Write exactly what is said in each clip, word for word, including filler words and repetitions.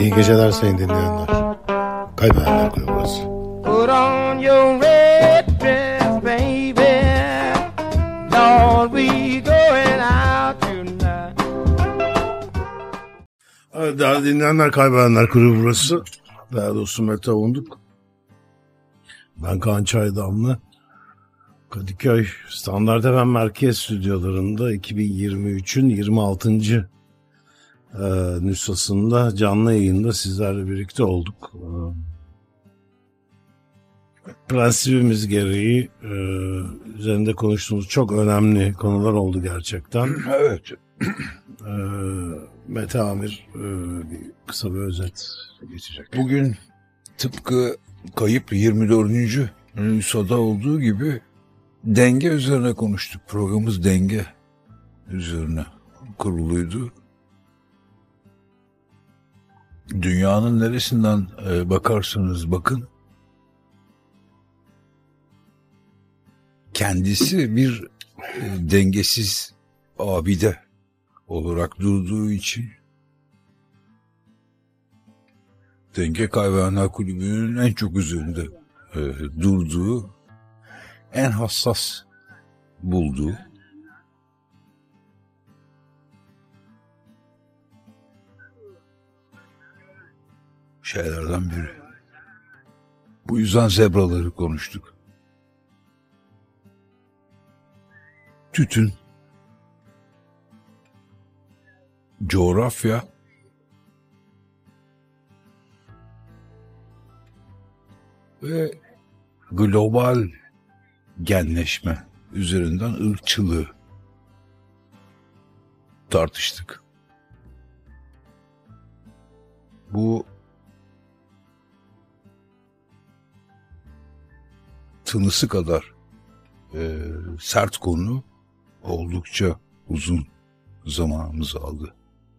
İyi geceler sayın dinleyenler. Kaybedenler Kulübü burası. Put on your red dress, baby. Lord, we going out tonight. Evet, değerli dinleyenler, Kaybedenler Kulübü burası. Değerli dostum Mete Avunduk. Ben Kaan Çaydamlı. Kadıköy Standart F M Merkez Stüdyolarında iki bin yirmi üçün yirmi altıncı E, nüshasında canlı yayında sizlerle birlikte olduk. E, prensibimiz gereği e, üzerinde konuştuğumuz çok önemli konular oldu gerçekten. Evet. E, Mete Amir e, bir kısa bir özet geçecek. Bugün tıpkı kayıp yirmi dördüncü nüshada olduğu gibi denge üzerine konuştuk. Programımız denge üzerine kuruluydu. Dünyanın neresinden e, bakarsanız bakın, kendisi bir e, dengesiz abide olarak durduğu için Denge Kaybedenler Kulübü'nün en çok üzerinde e, durduğu, en hassas bulduğu şeylerden biri. Bu yüzden zebraları konuştuk. Tütün, coğrafya ve global genleşme üzerinden ırkçılığı tartıştık. Bu tınısı kadar e, sert konu oldukça uzun zamanımızı aldı.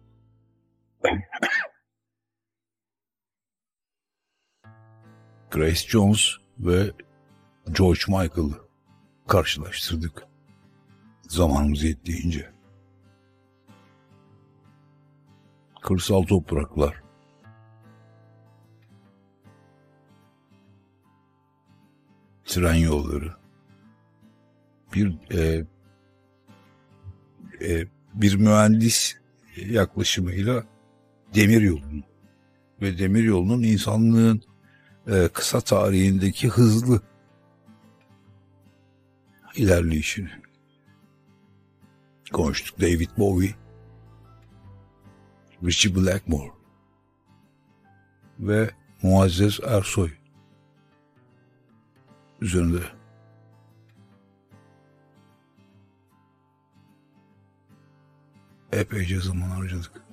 Grace Jones ve George Michael'ı karşılaştırdık zamanımız yettiğince. Kırsal topraklar, tren yolları, bir e, e, bir mühendis yaklaşımıyla demir yolunu ve demir yolunun insanlığın e, kısa tarihindeki hızlı ilerleyişini konuştuk. David Bowie, Ritchie Blackmore ve Muazzez Ersoy üzerinde epeyce zaman harcadık.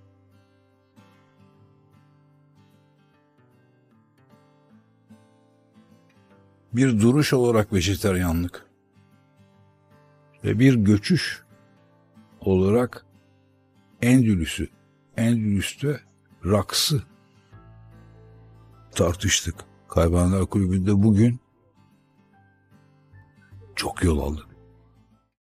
Bir duruş olarak vejetaryenlik ve bir göçüş olarak Endülüs'ü, Endülüs'te raksı tartıştık. Kaybedenler Kulübü'nde bugün çok yol aldık.